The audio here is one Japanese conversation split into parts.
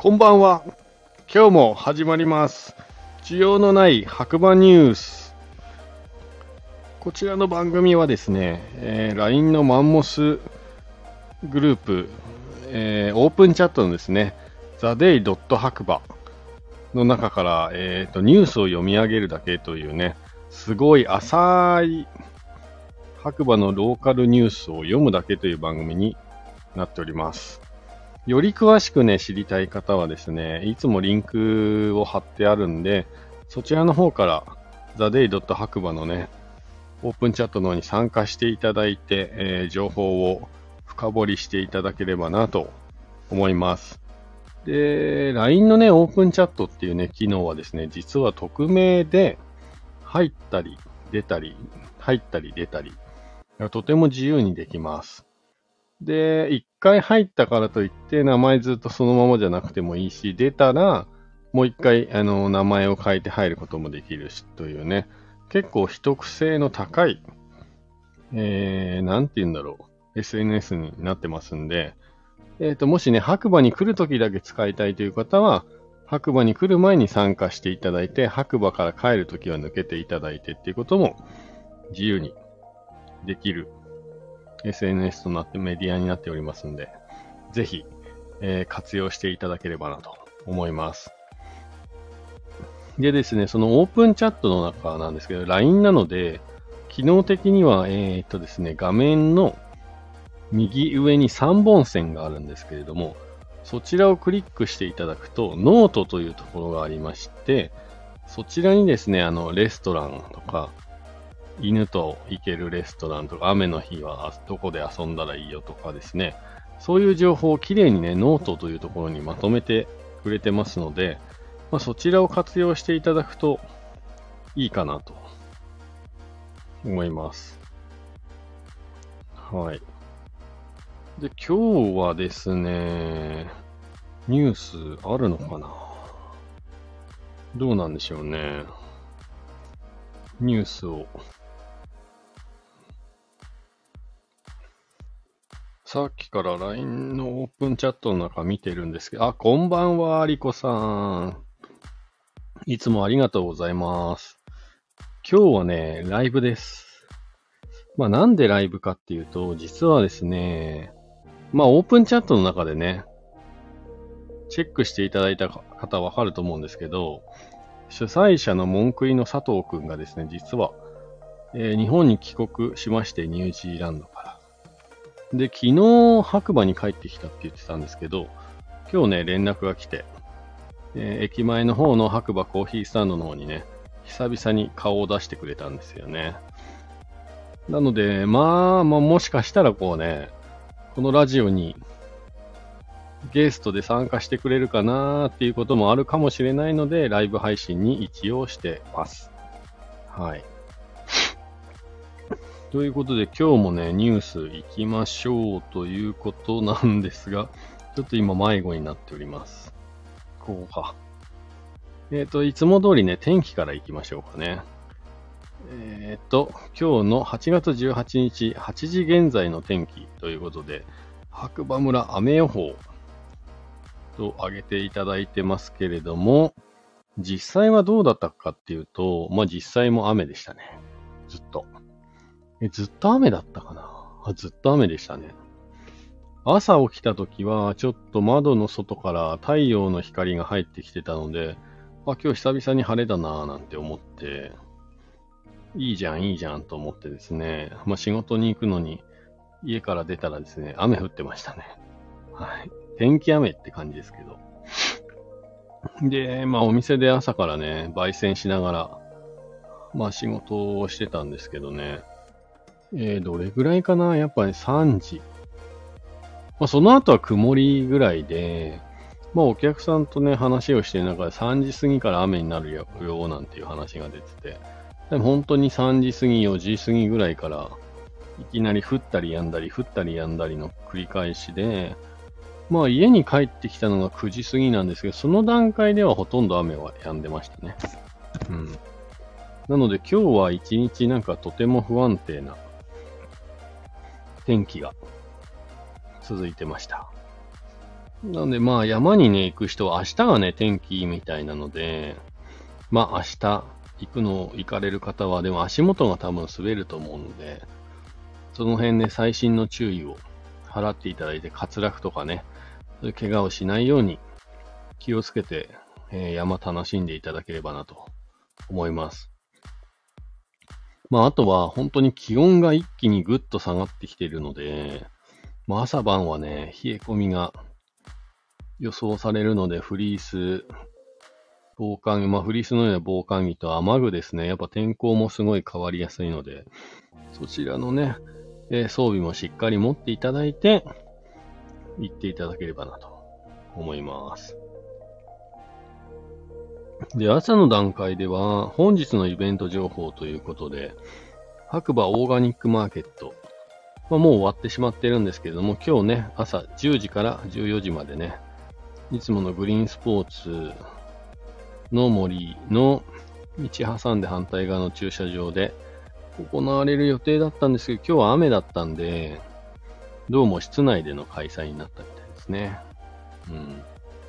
こんばんは。今日も始まります。需要のない白馬ニュース。こちらの番組はですね、LINE のマンモスグループ、オープンチャットのですね、theday. 白馬の中から、ニュースを読み上げるだけというね、すごい浅い白馬のローカルニュースを読むだけという番組になっております。より詳しくね、知りたい方はですね、いつもリンクを貼ってあるんで、そちらの方から theday. 白馬のね、オープンチャットの方に参加していただいて、情報を深掘りしていただければなと思います。で、LINE のね、オープンチャットっていうね、機能はですね、実は匿名で入ったり出たり、とても自由にできます。で、一回入ったからといって名前ずっとそのままじゃなくてもいいし、出たらもう一回名前を変えて入ることもできるしというね、結構秘匿性の高い、なんて言うんだろう、SNS になってますんで、もしね、白馬に来るときだけ使いたいという方は、白馬に来る前に参加していただいて、白馬から帰るときは抜けていただいてっていうことも自由にできるSNS となってメディアになっておりますので、ぜひ、活用していただければなと思います。でですね、そのオープンチャットの中なんですけど、LINE なので、機能的には、ですね、画面の右上に3本線があるんですけれども、そちらをクリックしていただくと、ノートというところがありまして、そちらにですね、レストランとか、犬と行けるレストランとか、雨の日はどこで遊んだらいいよとかですね、そういう情報をきれいにね、ノートというところにまとめてくれてますので、そちらを活用していただくといいかなと思います。はい。で、今日はですね、ニュースあるのかな？どうなんでしょうね。ニュースを。さっきから LINE のオープンチャットの中見てるんですけど、こんばんは、リコさん。いつもありがとうございます。今日はね、ライブです。なんでライブかっていうと、実はですね、オープンチャットの中でね、チェックしていただいた方はわかると思うんですけど、主催者の文句いの佐藤くんがですね、実は、日本に帰国しまして、ニュージーランドから。で、昨日白馬に帰ってきたって言ってたんですけど、今日ね、連絡が来て、駅前の方の白馬コーヒースタンドの方にね、久々に顔を出してくれたんですよね。なので、もしかしたらこうね、このラジオにゲストで参加してくれるかなーっていうこともあるかもしれないので、ライブ配信に一応してます。はい。ということで今日もね、ニュース行きましょうということなんですが、ちょっと今迷子になっております。こうか。いつも通りね、天気から行きましょうかね。今日の8月18日、8時現在の天気ということで、白馬村雨予報と挙げていただいてますけれども、実際はどうだったかっていうと、実際も雨でしたね。ずっと。ずっと雨だったかな？ずっと雨でしたね。朝起きた時は、ちょっと窓の外から太陽の光が入ってきてたので、今日久々に晴れだなぁなんて思って、いいじゃんと思ってですね、仕事に行くのに、家から出たらですね、雨降ってましたね。はい。天気雨って感じですけど。で、お店で朝からね、焙煎しながら、仕事をしてたんですけどね。どれぐらいかな？やっぱり3時。その後は曇りぐらいで、お客さんとね、話をしてる中で3時過ぎから雨になるよなんていう話が出てて、でも本当に3時過ぎ、4時過ぎぐらいから、いきなり降ったり止んだりの繰り返しで、家に帰ってきたのが9時過ぎなんですけど、その段階ではほとんど雨は止んでましたね。うん。なので今日は一日なんかとても不安定な天気が続いてました。 なのでまあ山にね、行く人は明日がね、天気いいみたいなので、まあ明日行かれる方は、でも足元が多分滑ると思うので、その辺ね、細心の注意を払っていただいて、滑落とかね、そういう怪我をしないように気をつけて、山楽しんでいただければなと思います。まああとは本当に気温が一気にぐっと下がってきているので、まあ朝晩はね、冷え込みが予想されるので、フリース、防寒着、まあフリースのような防寒着と雨具ですね。やっぱ天候もすごい変わりやすいので、そちらのね、装備もしっかり持っていただいて、行っていただければなと思います。で、朝の段階では、本日のイベント情報ということで、白馬オーガニックマーケット、まあ、もう終わってしまってるんですけれども、今日ね、朝10時から14時までね、いつものグリーンスポーツの森の道挟んで反対側の駐車場で行われる予定だったんですけど、今日は雨だったんで、どうも室内での開催になったみたいですね。うん。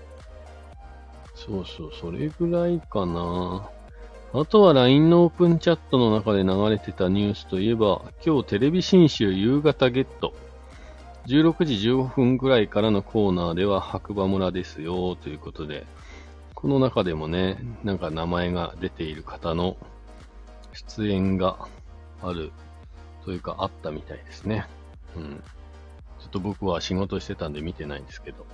そうそう、それぐらいかな。あとは LINE のオープンチャットの中で流れてたニュースといえば、今日テレビ新州夕方ゲット。16時15分ぐらいからのコーナーでは白馬村ですよということで、この中でもね、なんか名前が出ている方の出演があるというかあったみたいですね。うん。ちょっと僕は仕事してたんで見てないんですけど。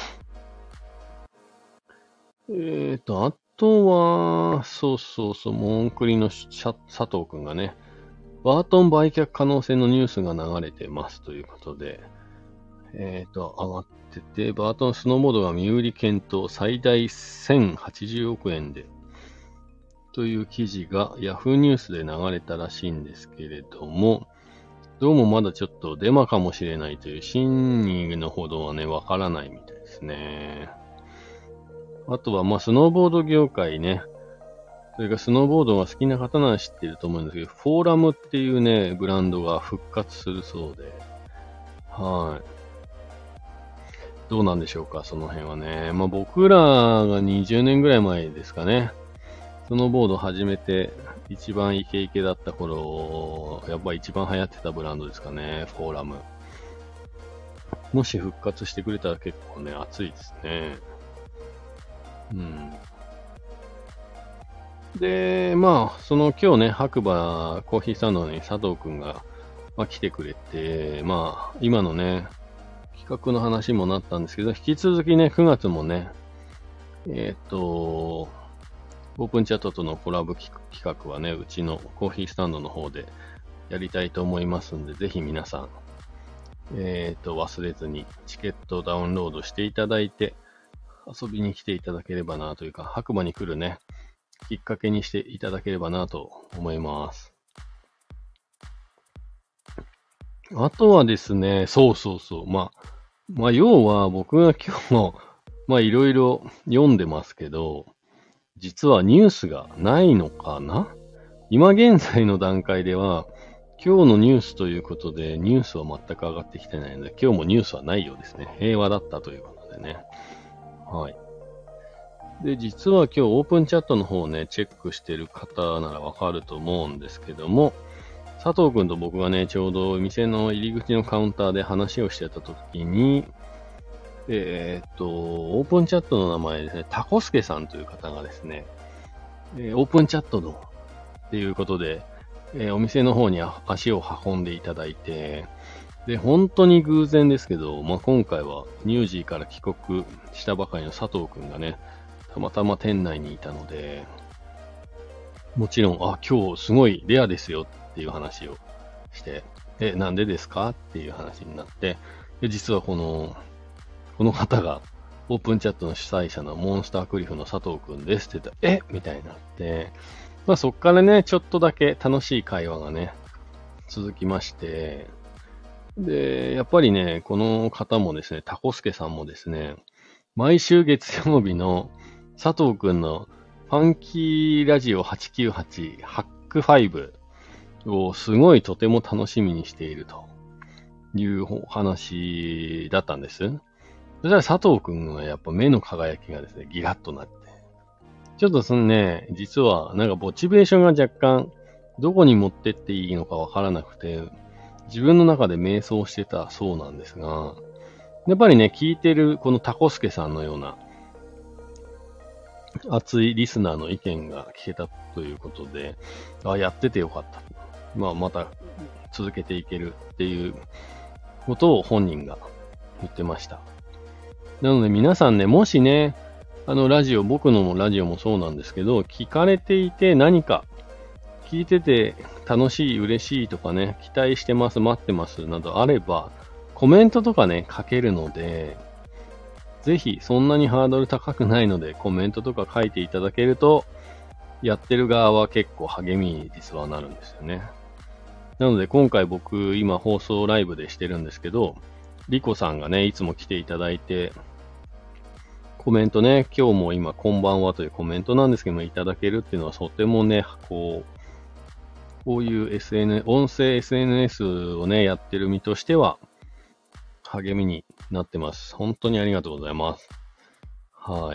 あとは、そうそうそう、モンクリの佐藤くんがね、バートン売却可能性のニュースが流れてますということで、上がってて、バートンスノーボードが身売り検討最大1080億円で、という記事が Yahoo ニュースで流れたらしいんですけれども、どうもまだちょっとデマかもしれないという真偽のほどはね、わからないみたいですね。あとは、まあ、スノーボード業界ね、それからスノーボードが好きな方なら知ってると思うんですけど、フォーラムっていうね、ブランドが復活するそうで、はい。どうなんでしょうか、その辺はね。まあ僕らが20年ぐらい前ですかね。スノーボード始めて、一番イケイケだった頃、やっぱ一番流行ってたブランドですかね、フォーラム。もし復活してくれたら結構ね、熱いですね。うん。で、まあ、その今日ね、白馬コーヒースタンドに佐藤くんが、まあ、来てくれて、まあ、今のね、企画の話もなったんですけど、引き続きね、9月もね、オープンチャットとのコラボ企画はね、うちのコーヒースタンドの方でやりたいと思いますんで、ぜひ皆さん、忘れずにチケットをダウンロードしていただいて、遊びに来ていただければなというか、白馬に来るね、きっかけにしていただければなと思います。あとはですね、そうそうそう。まあ、要は僕が今日も、まあ、いろいろ読んでますけど、実はニュースがないのかな。今現在の段階では、今日のニュースということで、ニュースは全く上がってきてないので、今日もニュースはないようですね。平和だったということでね。はい。で、実は今日オープンチャットの方をね、チェックしてる方ならわかると思うんですけども、佐藤くんと僕がね、ちょうど店の入り口のカウンターで話をしてた時に、オープンチャットの名前ですね、タコスケさんという方がですね、オープンチャットのっていうことで、お店の方に足を運んでいただいて、で、本当に偶然ですけど、まあ、今回はニュージーから帰国したばかりの佐藤くんがね、たまたま店内にいたので、もちろん、今日すごいレアですよっていう話をして、なんでですかっていう話になって、で実はこの方が、オープンチャットの主催者のモンスタークリフの佐藤くんですって言ったら、みたいになって、まあそっからね、ちょっとだけ楽しい会話がね、続きまして、で、やっぱりね、この方もですね、タコスケさんもですね、毎週月曜日の佐藤くんのファンキーラジオ898ハック5をすごいとても楽しみにしているというお話だったんです。 そしたら佐藤くんのやっぱ目の輝きがですね、ギラッとなって。ちょっとそのね、実はなんかモチベーションが若干どこに持ってっていいのかわからなくて、自分の中で迷走してたそうなんですが、やっぱりね、聞いてるこのタコスケさんのような熱いリスナーの意見が聞けたということで、やっててよかった。また続けていけるっていうことを本人が言ってました。なので皆さんね、もしね、ラジオ、僕のラジオもそうなんですけど、聞かれていて何か聞いてて楽しい、嬉しいとかね、期待してます、待ってますなどあれば、コメントとかね、書けるので、ぜひそんなにハードル高くないのでコメントとか書いていただけると、やってる側は結構励みに実はなるんですよね。なので今回僕今放送ライブでしてるんですけど、リコさんがね、いつも来ていただいて、コメントね、今日も今こんばんはというコメントなんですけどもいただけるっていうのはとてもね、こういう 音声 SNS をね、やってる身としては励みになってます。本当にありがとうございます。はい。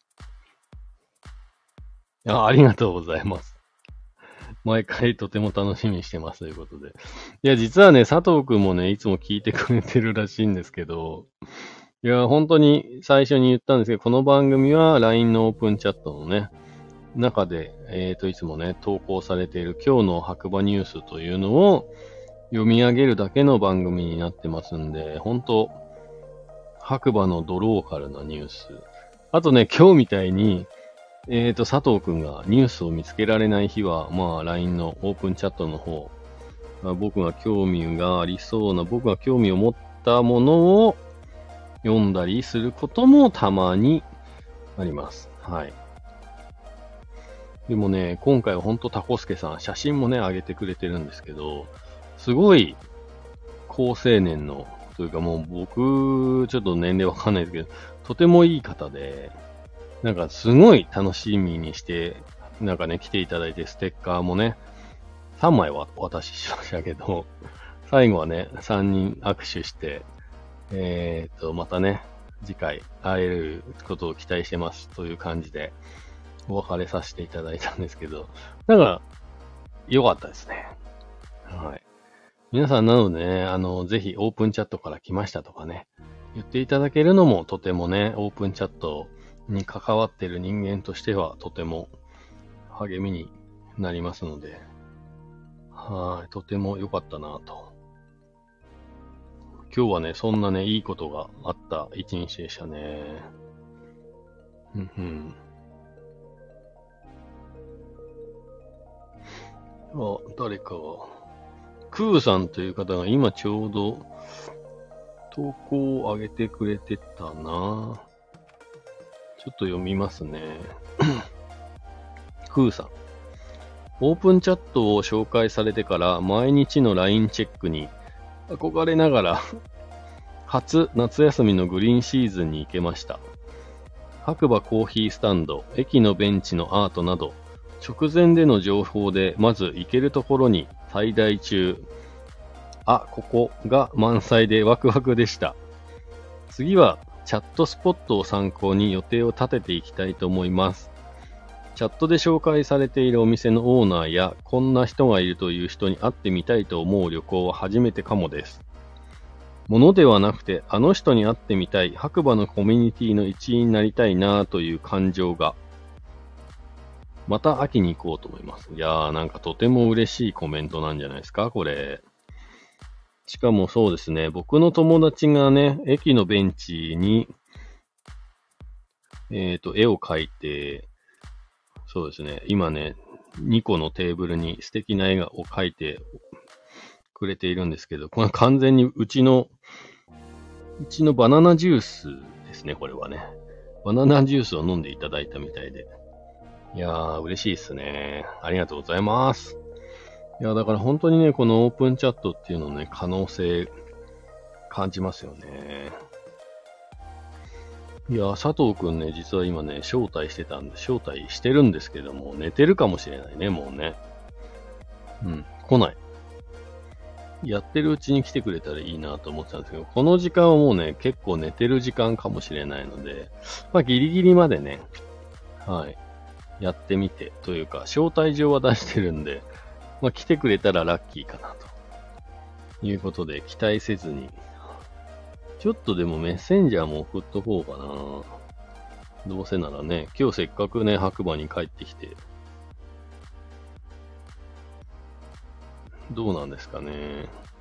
ありがとうございます。毎回とても楽しみにしてますということで。いや、実はね、佐藤くんもね、いつも聞いてくれてるらしいんですけど、いや、本当に最初に言ったんですけど、この番組は LINE のオープンチャットのね、中で、いつもね、投稿されている今日の白馬ニュースというのを読み上げるだけの番組になってますんで、本当白馬のドローカルなニュース。あとね、今日みたいに、佐藤くんがニュースを見つけられない日は、LINE のオープンチャットの方、僕が興味がありそうな、僕が興味を持ったものを読んだりすることもたまにあります。はい。でもね、今回はほんとタコスケさん、写真もね、上げてくれてるんですけど、すごい高青年の、というかもう僕、ちょっと年齢わかんないですけど、とてもいい方で、なんかすごい楽しみにして、なんかね、来ていただいてステッカーもね、3枚はお渡ししましたけど、最後はね、3人握手して、またね、次回会えることを期待してますという感じで、お別れさせていただいたんですけど、なんか、良かったですね。はい。皆さんなのでね、ぜひオープンチャットから来ましたとかね、言っていただけるのもとてもね、オープンチャットに関わっている人間としてはとても励みになりますので、はい、とても良かったなと。今日はね、そんなね、いいことがあった一日でしたね。うんうん。誰かが、クーさんという方が今ちょうど投稿を上げてくれてたな。ちょっと読みますね。クーさん。オープンチャットを紹介されてから毎日の LINE チェックに憧れながら初夏休みのグリーンシーズンに行けました。白馬コーヒースタンド、駅のベンチのアートなど、直前での情報でまず行けるところに最大中。ここが満載でワクワクでした。次はチャットスポットを参考に予定を立てていきたいと思います。チャットで紹介されているお店のオーナーやこんな人がいるという人に会ってみたいと思う旅行は初めてかもです。ものではなくてあの人に会ってみたい、白馬のコミュニティの一員になりたいなという感情が。また秋に行こうと思います。いやーなんかとても嬉しいコメントなんじゃないですか、これ。しかもそうですね、僕の友達がね、駅のベンチに、絵を描いて、そうですね、今ね、2個のテーブルに素敵な絵を描いてくれているんですけど、これ完全にうちのバナナジュースですね、これはね。バナナジュースを飲んでいただいたみたいで。いやー、嬉しいですね。ありがとうございます。いや、だから本当にね、このオープンチャットっていうのね、可能性感じますよね。いや、佐藤くんね、実は今ね、招待してるんですけども、寝てるかもしれないね、もうね。うん、来ない。 やってるうちに来てくれたらいいなと思ってたんですけど、この時間はもうね、結構寝てる時間かもしれないので、まあギリギリまでね、はい、やってみて、というか、招待状は出してるんで、まあ来てくれたらラッキーかなということで、期待せずに、ちょっとでもメッセンジャーも送っとこうかな。どうせならね、今日せっかくね、白馬に帰ってきて、どうなんですかね。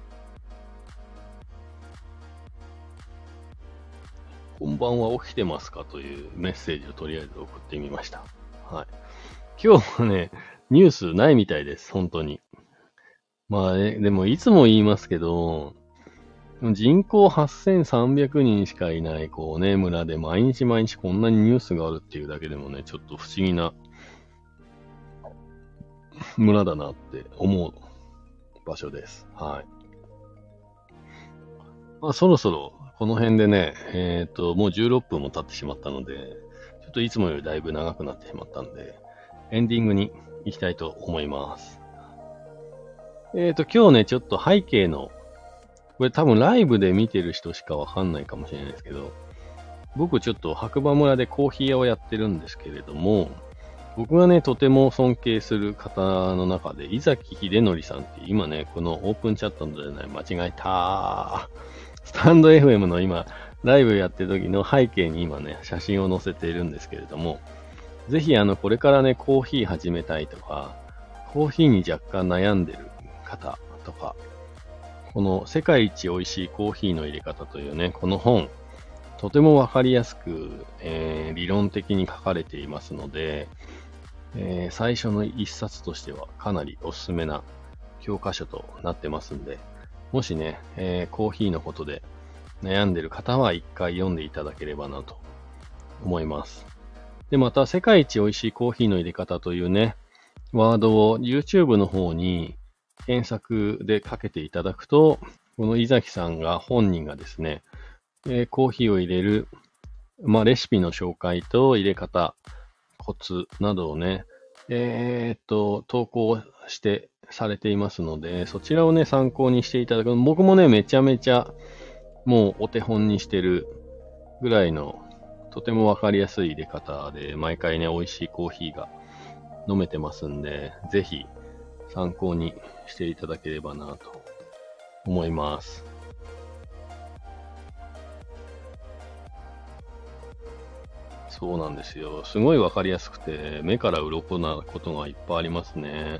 こんばんは起きてますかというメッセージをとりあえず送ってみました。はい。今日はね、ニュースないみたいです、本当に。まあね、でもいつも言いますけど、人口8300人しかいない、こうね、村で毎日毎日こんなにニュースがあるっていうだけでもね、ちょっと不思議な村だなって思う場所です。はい。まあそろそろこの辺でね、もう16分も経ってしまったので、ちょっといつもよりだいぶ長くなってしまったんで、エンディングに行きたいと思います。今日ね、ちょっと背景の、これ多分ライブで見てる人しかわかんないかもしれないですけど、僕ちょっと白馬村でコーヒー屋をやってるんですけれども、僕がね、とても尊敬する方の中で、井崎秀則さんって今ね、このオープンチャットのじゃない、間違えた。スタンド FM の今、ライブやってる時の背景に今ね、写真を載せているんですけれども、ぜひこれからね、コーヒー始めたいとか、コーヒーに若干悩んでる方とか、この世界一美味しいコーヒーの入れ方というね、この本、とてもわかりやすく、理論的に書かれていますので、最初の一冊としてはかなりおすすめな教科書となってますんで、もしね、コーヒーのことで悩んでる方は一回読んでいただければなと思います。で、また世界一美味しいコーヒーの入れ方というね、ワードを YouTube の方に検索でかけていただくと、この井崎さんが本人がですね、コーヒーを入れる、まあ、レシピの紹介と入れ方、コツなどをね、投稿されていますので、そちらをね、参考にしていただく。僕もね、めちゃめちゃ、もうお手本にしてるぐらいの、とてもわかりやすい入れ方で、毎回ね、美味しいコーヒーが飲めてますんで、ぜひ参考にしていただければなと思います。そうなんですよ。すごいわかりやすくて、目から鱗なことがいっぱいありますね。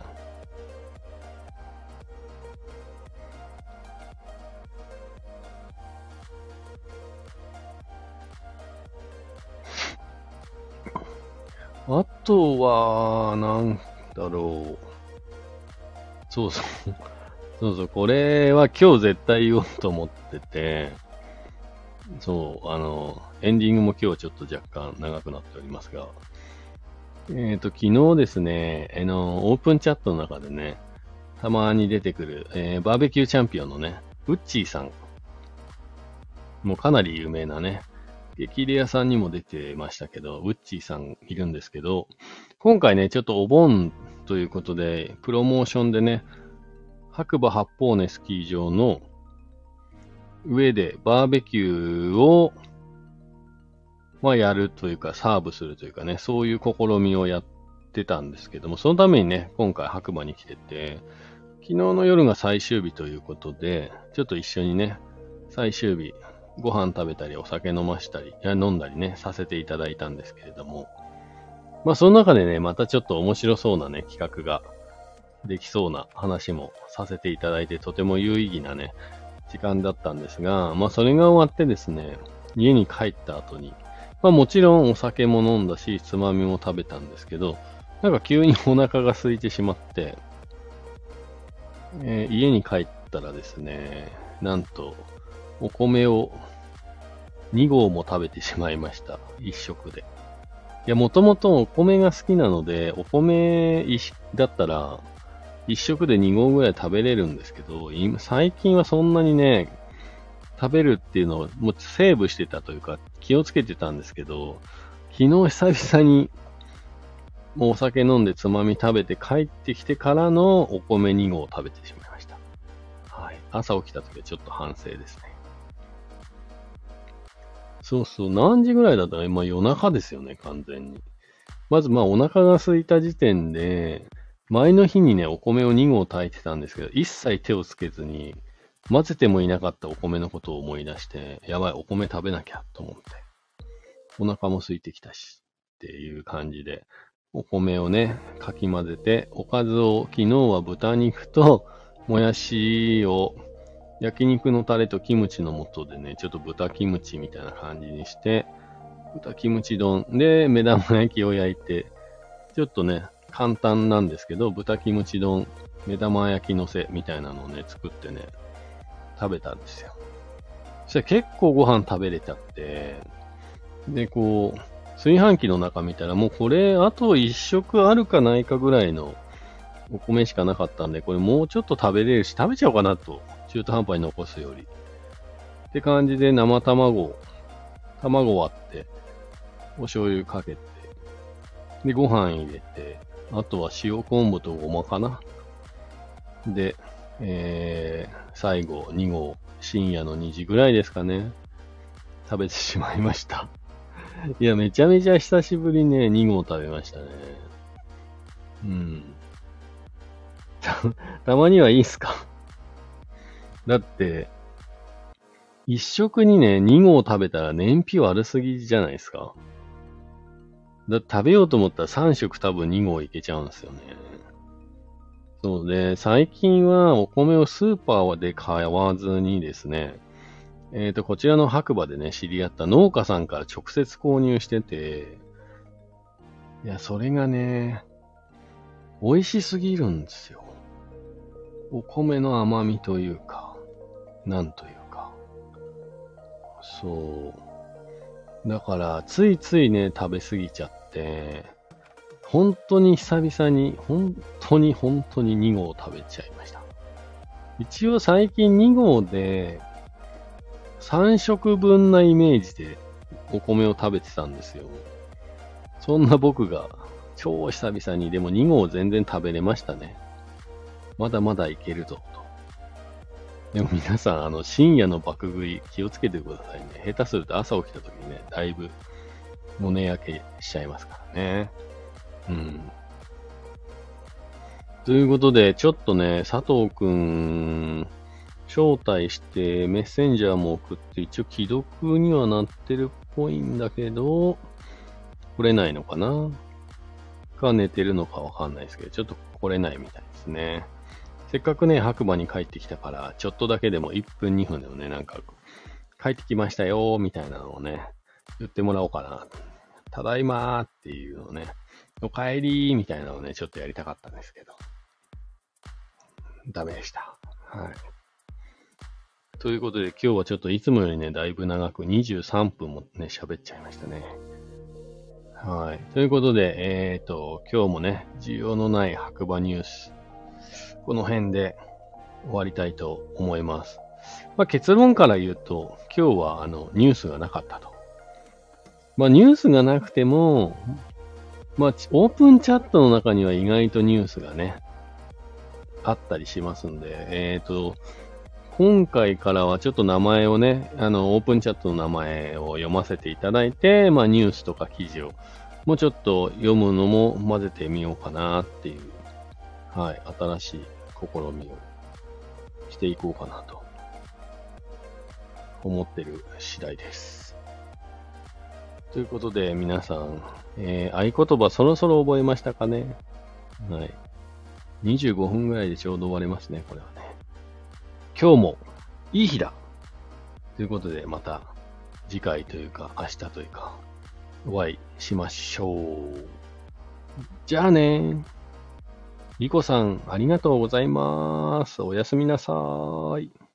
あとは、なんだろう。そうそう。そうそう。これは今日絶対言おうと思ってて、そう、エンディングも今日ちょっと若干長くなっておりますが、昨日ですね、オープンチャットの中でね、たまに出てくる、バーベキューチャンピオンのね、ウッチーさん、もうかなり有名なね、激レアさんにも出てましたけど、ウッチーさんいるんですけど、今回ね、ちょっとお盆ということで、プロモーションでね、白馬八方根スキー場の上でバーベキューを、まあ、やるというか、サーブするというかね、そういう試みをやってたんですけども、そのためにね、今回白馬に来てて、昨日の夜が最終日ということで、ちょっと一緒にね、最終日、ご飯食べたり、お酒飲ましたり、飲んだりね、させていただいたんですけれども、まあその中でね、またちょっと面白そうなね、企画ができそうな話もさせていただいて、とても有意義なね、時間だったんですが、まあそれが終わってですね、家に帰った後に、まあもちろんお酒も飲んだし、つまみも食べたんですけど、なんか急にお腹が空いてしまって、家に帰ったらですね、なんと、お米を2合も食べてしまいました。一食で。いや、もともとお米が好きなので、お米だったら、一食で2合ぐらい食べれるんですけど、最近はそんなにね、食べるっていうのをもうセーブしてたというか、気をつけてたんですけど、昨日久々にもうお酒飲んでつまみ食べて帰ってきてからのお米2合食べてしまいました。はい。 朝起きた時はちょっと反省ですね。そうそう、何時ぐらいだったら、夜中ですよね、完全に。まずお腹が空いた時点で、前の日にね、お米を2合炊いてたんですけど、一切手をつけずに、混ぜてもいなかったお米のことを思い出して、やばい、お米食べなきゃと思って。お腹も空いてきたし、っていう感じで、お米をね、かき混ぜて、おかずを昨日は豚肉ともやしを焼肉のタレとキムチの素でね、ちょっと豚キムチみたいな感じにして、豚キムチ丼で目玉焼きを焼いて、ちょっとね、簡単なんですけど、豚キムチ丼、目玉焼きのせみたいなのをね、作ってね、食べたんですよ。そしたら結構ご飯食べれちゃって、で、炊飯器の中見たらもうこれ、あと一食あるかないかぐらいのお米しかなかったんで、これもうちょっと食べれるし、食べちゃおうかなと。中途半端に残すより。って感じで生卵割って、お醤油かけて、で、ご飯入れて、あとは塩昆布とごまかな。で、最後2合、深夜の2時ぐらいですかね。食べてしまいました。いや、めちゃめちゃ久しぶりね、2合食べましたね。うん。たまにはいいっすか？だって、一食にね、2合食べたら燃費悪すぎじゃないですか。だって食べようと思ったら3食多分2合いけちゃうんですよね。そうで、最近はお米をスーパーで買わずにですね、こちらの白馬でね、知り合った農家さんから直接購入してて、いや、それがね、美味しすぎるんですよ。お米の甘みというか、なんというか。そう。だから、ついついね、食べ過ぎちゃって、本当に久々に、本当に2合食べちゃいました。一応最近2合で、3食分なイメージでお米を食べてたんですよ。そんな僕が超久々にでも2合全然食べれましたね。まだまだいけるぞと。でも皆さん、深夜の爆食い気をつけてくださいね。下手すると朝起きた時にね、だいぶ胸焼けしちゃいますからね。うん。ということで、ちょっとね、佐藤くん、招待してメッセンジャーも送って一応既読にはなってるっぽいんだけど、来れないのかなか寝てるのかわかんないですけど、ちょっと来れないみたいですね。せっかくね、白馬に帰ってきたから、ちょっとだけでも1分2分でもね、なんか、帰ってきましたよ、みたいなのをね、言ってもらおうかな。ただいまーっていうのをね、お帰りーみたいなのをね、ちょっとやりたかったんですけど。ダメでした。はい。ということで、今日はちょっといつもよりね、だいぶ長く23分もね、喋っちゃいましたね。はい。ということで、今日もね、需要のない白馬ニュース、この辺で終わりたいと思います。結論から言うと、今日はニュースがなかったと。ニュースがなくても、オープンチャットの中には意外とニュースがね、あったりしますんで、今回からはちょっと名前をね、オープンチャットの名前を読ませていただいて、ニュースとか記事をもうちょっと読むのも混ぜてみようかなっていう、はい、新しい試みをしていこうかなと思ってる次第です。ということで皆さん、合言葉そろそろ覚えましたかね？はい。25分ぐらいでちょうど終わりますね、これはね。今日もいい日だということで、また次回というか明日というかお会いしましょう。じゃあね。リコさんありがとうございます。おやすみなさーい。